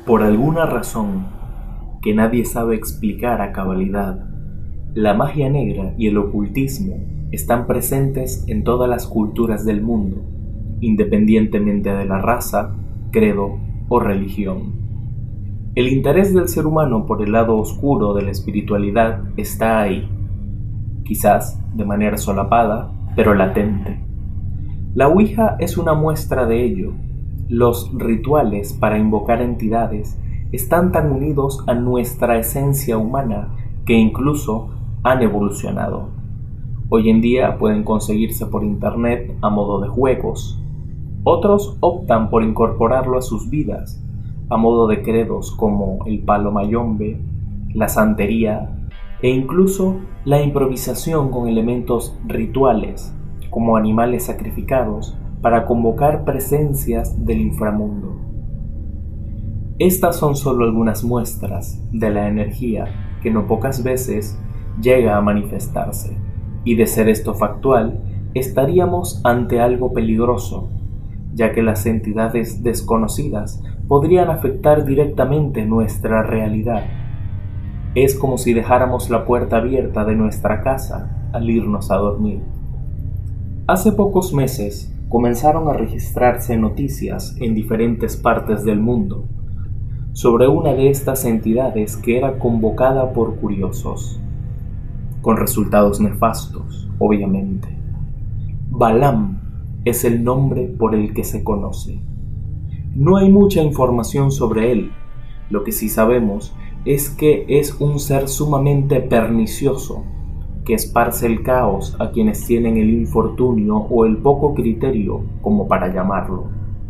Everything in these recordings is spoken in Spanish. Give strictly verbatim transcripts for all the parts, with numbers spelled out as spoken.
Por alguna razón que nadie sabe explicar a cabalidad, la magia negra y el ocultismo están presentes en todas las culturas del mundo, independientemente de la raza, credo o religión. El interés del ser humano por el lado oscuro de la espiritualidad está ahí, quizás de manera solapada, pero latente. La Ouija es una muestra de ello. Los rituales para invocar entidades están tan unidos a nuestra esencia humana que incluso han evolucionado. Hoy en día pueden conseguirse por internet a modo de juegos. Otros optan por incorporarlo a sus vidas, a modo de credos como el palo mayombe, la santería e incluso la improvisación con elementos rituales, como animales sacrificados para convocar presencias del inframundo. Estas son solo algunas muestras de la energía que no pocas veces llega a manifestarse, y de ser esto factual, estaríamos ante algo peligroso, ya que las entidades desconocidas podrían afectar directamente nuestra realidad. Es como si dejáramos la puerta abierta de nuestra casa al irnos a dormir. Hace pocos meses comenzaron a registrarse noticias en diferentes partes del mundo sobre una de estas entidades que era convocada por curiosos, con resultados nefastos, obviamente. Balaam es el nombre por el que se conoce. No hay mucha información sobre él. Lo que sí sabemos es que es un ser sumamente pernicioso, que esparce el caos a quienes tienen el infortunio o el poco criterio, como para llamarlo.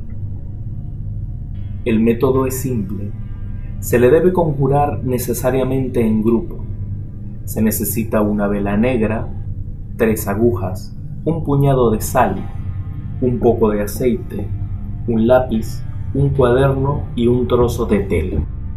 El método es simple. Se le debe conjurar necesariamente en grupo. Se necesita una vela negra, tres agujas, un puñado de sal, un poco de aceite, un lápiz, un cuaderno y un trozo de tela.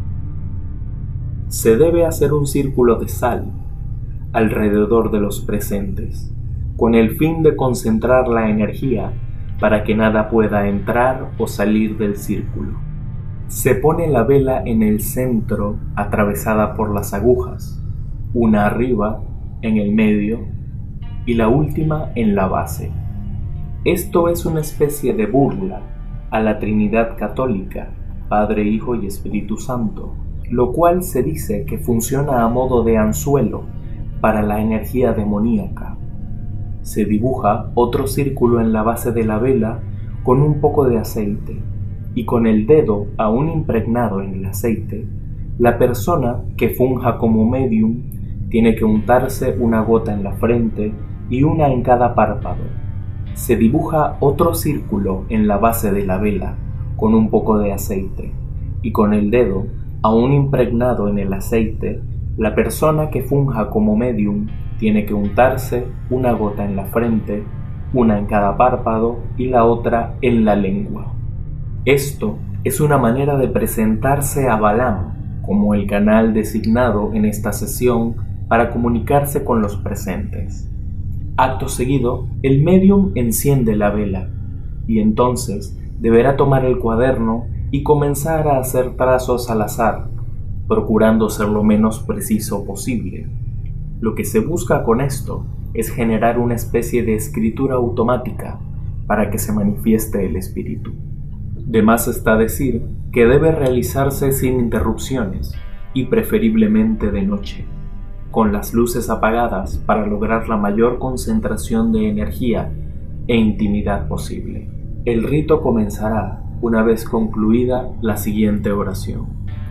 Se debe hacer un círculo de sal alrededor de los presentes, con el fin de concentrar la energía para que nada pueda entrar o salir del círculo. Se pone la vela en el centro, atravesada por las agujas, una arriba, en el medio, y la última en la base. Esto es una especie de burla a la Trinidad católica, Padre, Hijo y Espíritu Santo, lo cual se dice que funciona a modo de anzuelo para la energía demoníaca. Se dibuja otro círculo en la base de la vela con un poco de aceite, y con el dedo aún impregnado en el aceite, la persona que funja como medium tiene que untarse una gota en la frente y una en cada párpado. Se dibuja otro círculo en la base de la vela con un poco de aceite, y con el dedo aún impregnado en el aceite, la persona que funja como medium tiene que untarse una gota en la frente, una en cada párpado y la otra en la lengua. Esto es una manera de presentarse a Balaam como el canal designado en esta sesión para comunicarse con los presentes. Acto seguido, el medium enciende la vela y entonces deberá tomar el cuaderno y comenzar a hacer trazos al azar, procurando ser lo menos preciso posible. Lo que se busca con esto es generar una especie de escritura automática para que se manifieste el espíritu. De más está decir que debe realizarse sin interrupciones y preferiblemente de noche, con las luces apagadas para lograr la mayor concentración de energía e intimidad posible. El rito comenzará una vez concluida la siguiente oración.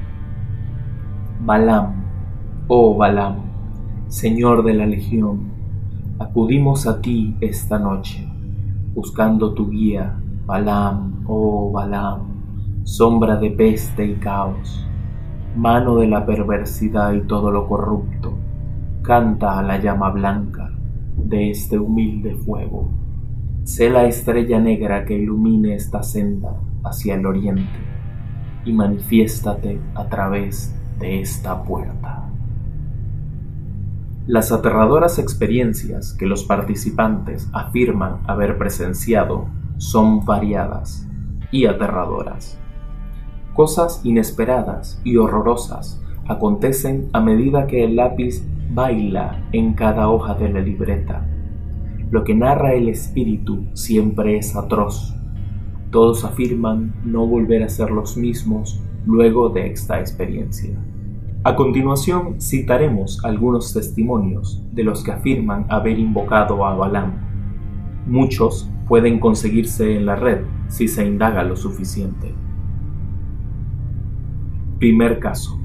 Balaam, oh Balaam, Señor de la Legión, acudimos a ti esta noche, buscando tu guía. Balaam, oh Balaam, sombra de peste y caos, mano de la perversidad y todo lo corrupto, canta a la llama blanca de este humilde fuego. Sé la estrella negra que ilumine esta senda hacia el oriente y manifiéstate a través de esta puerta. Las aterradoras experiencias que los participantes afirman haber presenciado son variadas y aterradoras. Cosas inesperadas y horrorosas acontecen a medida que el lápiz baila en cada hoja de la libreta. Lo que narra el espíritu siempre es atroz. Todos afirman no volver a ser los mismos luego de esta experiencia. A continuación citaremos algunos testimonios de los que afirman haber invocado a Balaam. Muchos pueden conseguirse en la red si se indaga lo suficiente. Primer caso.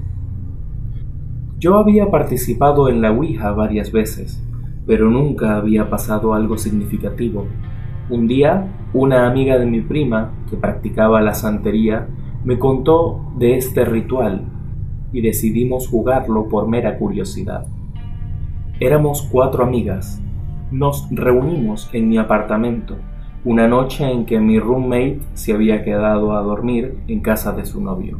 Yo había participado en la Ouija varias veces, pero nunca había pasado algo significativo. Un día, una amiga de mi prima, que practicaba la santería, me contó de este ritual y decidimos jugarlo por mera curiosidad. Éramos cuatro amigas. Nos reunimos en mi apartamento, una noche en que mi roommate se había quedado a dormir en casa de su novio.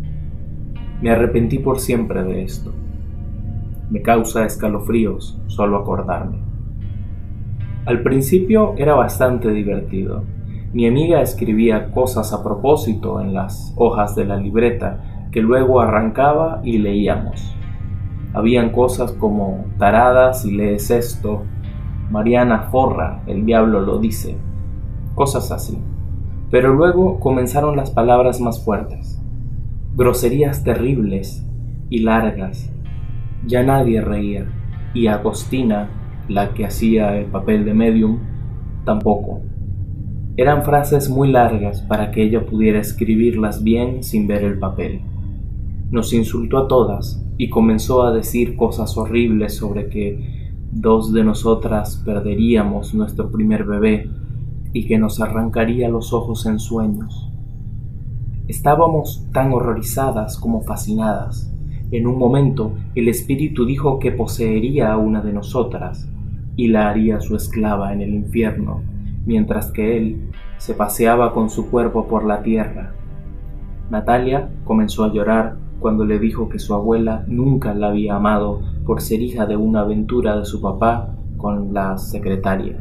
Me arrepentí por siempre de esto. Me causa escalofríos solo acordarme. Al principio era bastante divertido. Mi amiga escribía cosas a propósito en las hojas de la libreta que luego arrancaba y leíamos. Habían cosas como taradas y lees esto, Mariana forra, el diablo lo dice, cosas así. Pero luego comenzaron las palabras más fuertes, groserías terribles y largas. Ya nadie reía, y Agostina, la que hacía el papel de medium, tampoco. Eran frases muy largas para que ella pudiera escribirlas bien sin ver el papel. Nos insultó a todas y comenzó a decir cosas horribles sobre que dos de nosotras perderíamos nuestro primer bebé y que nos arrancaría los ojos en sueños. Estábamos tan horrorizadas como fascinadas. En un momento, el espíritu dijo que poseería a una de nosotras y la haría su esclava en el infierno, mientras que él se paseaba con su cuerpo por la tierra. Natalia comenzó a llorar cuando le dijo que su abuela nunca la había amado por ser hija de una aventura de su papá con la secretaria.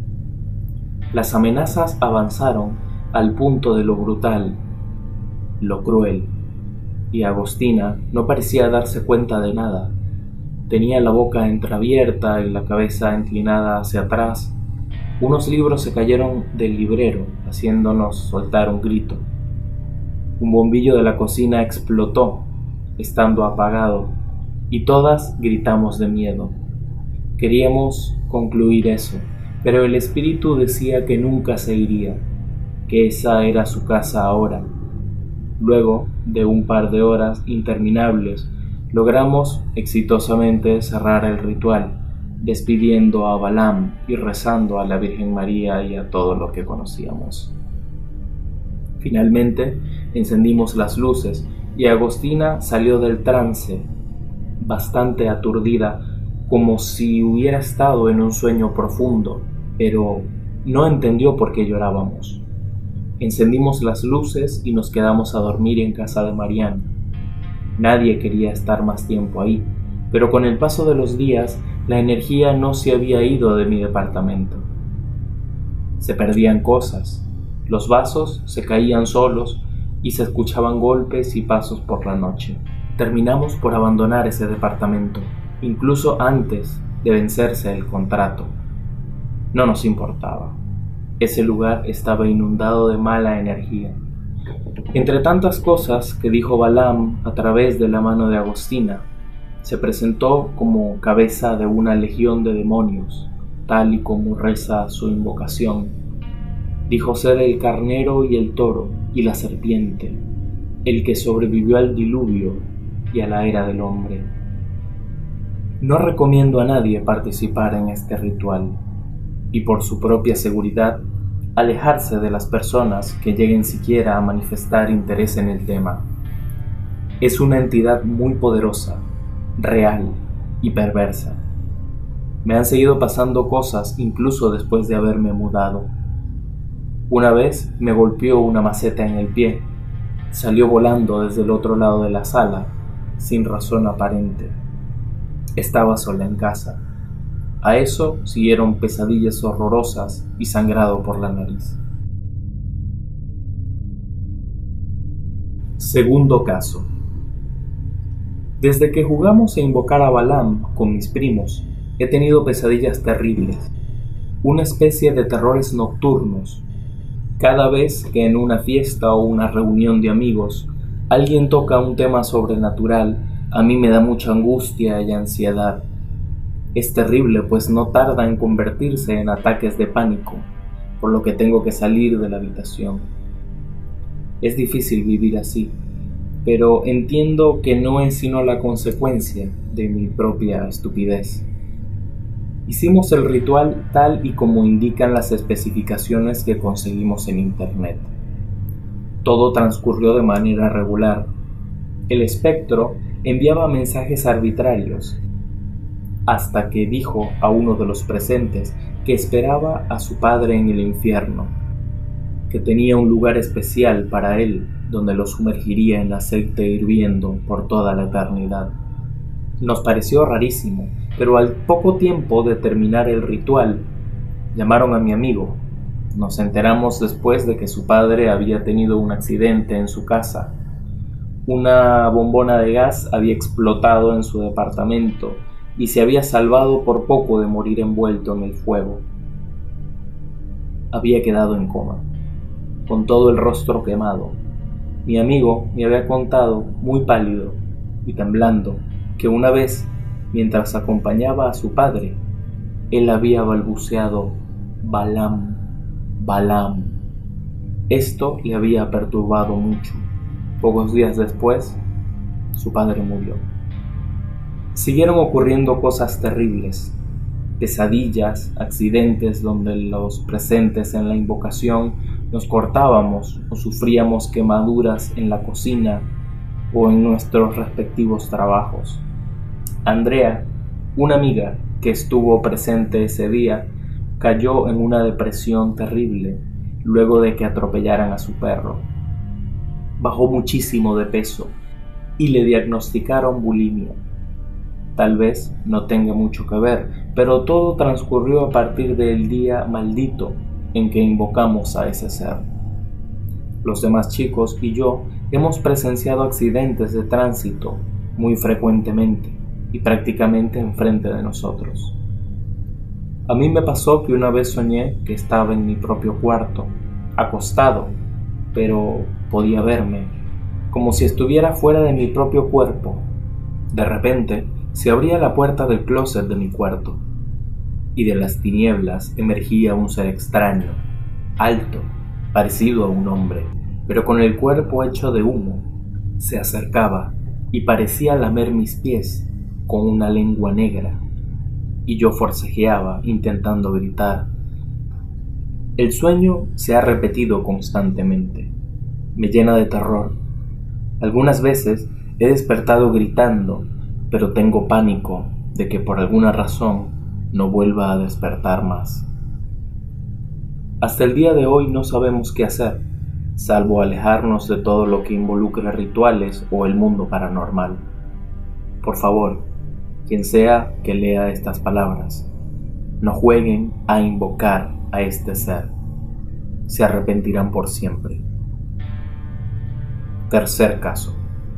Las amenazas avanzaron al punto de lo brutal, lo cruel, y Agostina no parecía darse cuenta de nada. Tenía la boca entreabierta y la cabeza inclinada hacia atrás. Unos libros se cayeron del librero, haciéndonos soltar un grito. Un bombillo de la cocina explotó, estando apagado, y todas gritamos de miedo. Queríamos concluir eso, pero el espíritu decía que nunca se iría, que esa era su casa ahora. Luego de un par de horas interminables, logramos exitosamente cerrar el ritual, despidiendo a Balaam y rezando a la Virgen María y a todo lo que conocíamos. Finalmente, encendimos las luces y Agostina salió del trance, bastante aturdida, como si hubiera estado en un sueño profundo, pero no entendió por qué llorábamos. Encendimos las luces y nos quedamos a dormir en casa de Mariana. Nadie quería estar más tiempo ahí, pero con el paso de los días la energía no se había ido de mi departamento. Se perdían cosas, los vasos se caían solos y se escuchaban golpes y pasos por la noche. Terminamos por abandonar ese departamento, incluso antes de vencerse el contrato. No nos importaba. Ese lugar estaba inundado de mala energía. Entre tantas cosas que dijo Balaam a través de la mano de Agostina, se presentó como cabeza de una legión de demonios, tal y como reza su invocación. Dijo ser el carnero y el toro y la serpiente, el que sobrevivió al diluvio y a la era del hombre. No recomiendo a nadie participar en este ritual, y por su propia seguridad, alejarse de las personas que lleguen siquiera a manifestar interés en el tema. Es una entidad muy poderosa, real y perversa. Me han seguido pasando cosas incluso después de haberme mudado. Una vez me golpeó una maceta en el pie. Salió volando desde el otro lado de la sala, sin razón aparente. Estaba sola en casa. A eso siguieron pesadillas horrorosas y sangrado por la nariz. Segundo caso. Desde que jugamos a invocar a Balaam con mis primos, he tenido pesadillas terribles, una especie de terrores nocturnos. Cada vez que en una fiesta o una reunión de amigos alguien toca un tema sobrenatural, a mí me da mucha angustia y ansiedad. Es terrible, pues no tarda en convertirse en ataques de pánico, por lo que tengo que salir de la habitación. Es difícil vivir así, pero entiendo que no es sino la consecuencia de mi propia estupidez. Hicimos el ritual tal y como indican las especificaciones que conseguimos en internet. Todo transcurrió de manera regular. El espectro enviaba mensajes arbitrarios, hasta que dijo a uno de los presentes que esperaba a su padre en el infierno, que tenía un lugar especial para él donde lo sumergiría en aceite hirviendo por toda la eternidad. Nos pareció rarísimo, pero al poco tiempo de terminar el ritual, llamaron a mi amigo. Nos enteramos después de que su padre había tenido un accidente en su casa. Una bombona de gas había explotado en su departamento y se había salvado por poco de morir envuelto en el fuego. Había quedado en coma, con todo el rostro quemado. Mi amigo me había contado, muy pálido y temblando, que una vez, mientras acompañaba a su padre, él había balbuceado Balaam, Balaam. Esto le había perturbado mucho. Pocos días después, su padre murió. Siguieron ocurriendo cosas terribles, pesadillas, accidentes donde los presentes en la invocación nos cortábamos o sufríamos quemaduras en la cocina o en nuestros respectivos trabajos. Andrea, una amiga que estuvo presente ese día, cayó en una depresión terrible luego de que atropellaran a su perro. Bajó muchísimo de peso y le diagnosticaron bulimia. Tal vez no tenga mucho que ver, pero todo transcurrió a partir del día maldito en que invocamos a ese ser. Los demás chicos y yo hemos presenciado accidentes de tránsito muy frecuentemente y prácticamente enfrente de nosotros. A mí me pasó que una vez soñé que estaba en mi propio cuarto, acostado, pero podía verme, como si estuviera fuera de mi propio cuerpo. De repente, se abría la puerta del closet de mi cuarto, y de las tinieblas emergía un ser extraño, alto, parecido a un hombre, pero con el cuerpo hecho de humo. Se acercaba y parecía lamer mis pies con una lengua negra, y yo forcejeaba intentando gritar. El sueño se ha repetido constantemente. Me llena de terror. Algunas veces he despertado gritando, pero tengo pánico de que por alguna razón no vuelva a despertar más. Hasta el día de hoy no sabemos qué hacer, salvo alejarnos de todo lo que involucre rituales o el mundo paranormal. Por favor, quien sea que lea estas palabras, no jueguen a invocar a este ser. Se arrepentirán por siempre. Tercer caso.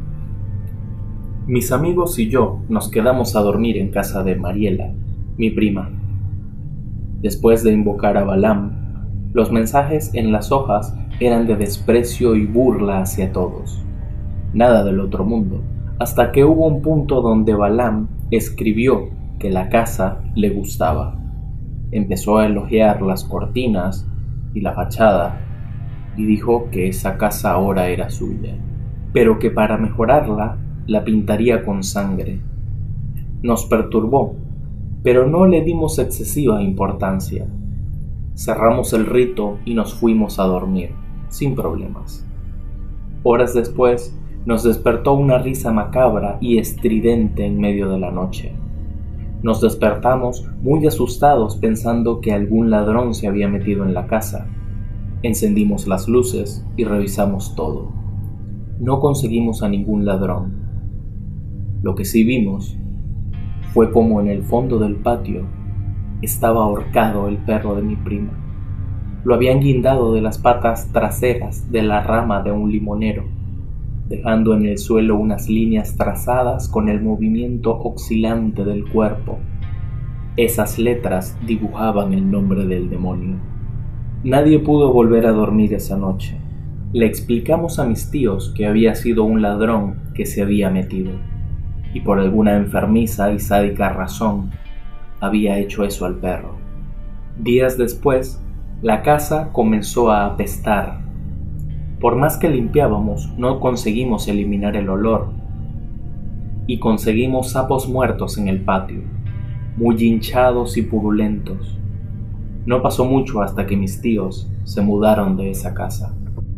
Mis amigos y yo nos quedamos a dormir en casa de Mariela, mi prima. Después de invocar a Balaam, los mensajes en las hojas eran de desprecio y burla hacia todos. Nada del otro mundo, hasta que hubo un punto donde Balaam escribió que la casa le gustaba. Empezó a elogiar las cortinas y la fachada y dijo que esa casa ahora era suya, pero que para mejorarla la pintaría con sangre. Nos perturbó, pero no le dimos excesiva importancia. Cerramos el rito y nos fuimos a dormir, sin problemas. Horas después, nos despertó una risa macabra y estridente en medio de la noche. Nos despertamos muy asustados pensando que algún ladrón se había metido en la casa. Encendimos las luces y revisamos todo. No conseguimos a ningún ladrón. Lo que sí vimos fue como en el fondo del patio estaba ahorcado el perro de mi prima. Lo habían guindado de las patas traseras de la rama de un limonero. dejando en el suelo unas líneas trazadas con el movimiento oscilante del cuerpo. Esas letras dibujaban el nombre del demonio. Nadie pudo volver a dormir esa noche. Le explicamos a mis tíos que había sido un ladrón que se había metido, y por alguna enfermiza y sádica razón había hecho eso al perro. Días después, la casa comenzó a apestar. Por más que limpiábamos, no conseguimos eliminar el olor, y conseguimos sapos muertos en el patio, muy hinchados y purulentos. No pasó mucho hasta que mis tíos se mudaron de esa casa.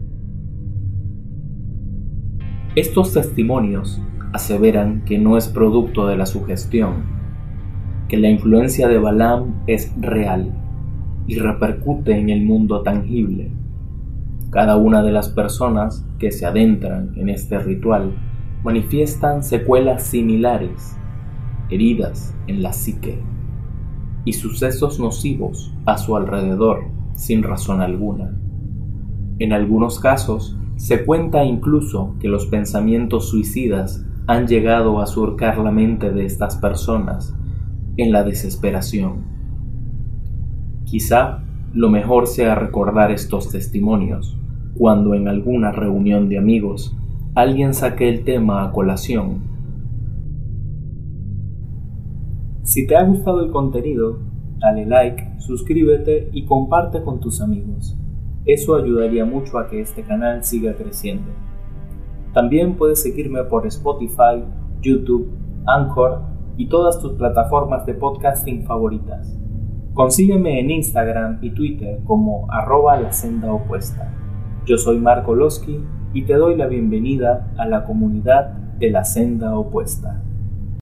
Estos testimonios aseveran que no es producto de la sugestión, que la influencia de Balaam es real y repercute en el mundo tangible. Cada una de las personas que se adentran en este ritual manifiestan secuelas similares, heridas en la psique y sucesos nocivos a su alrededor sin razón alguna. En algunos casos se cuenta incluso que los pensamientos suicidas han llegado a surcar la mente de estas personas en la desesperación. Quizá lo mejor sea recordar estos testimonios cuando en alguna reunión de amigos alguien saque el tema a colación. Si te ha gustado el contenido, dale like, suscríbete y comparte con tus amigos. Eso ayudaría mucho a que este canal siga creciendo. También puedes seguirme por Spotify, YouTube, Anchor y todas tus plataformas de podcasting favoritas. Consígueme en Instagram y Twitter como arroba la senda opuesta. Yo soy Marco Losky y te doy la bienvenida a la comunidad de la senda opuesta.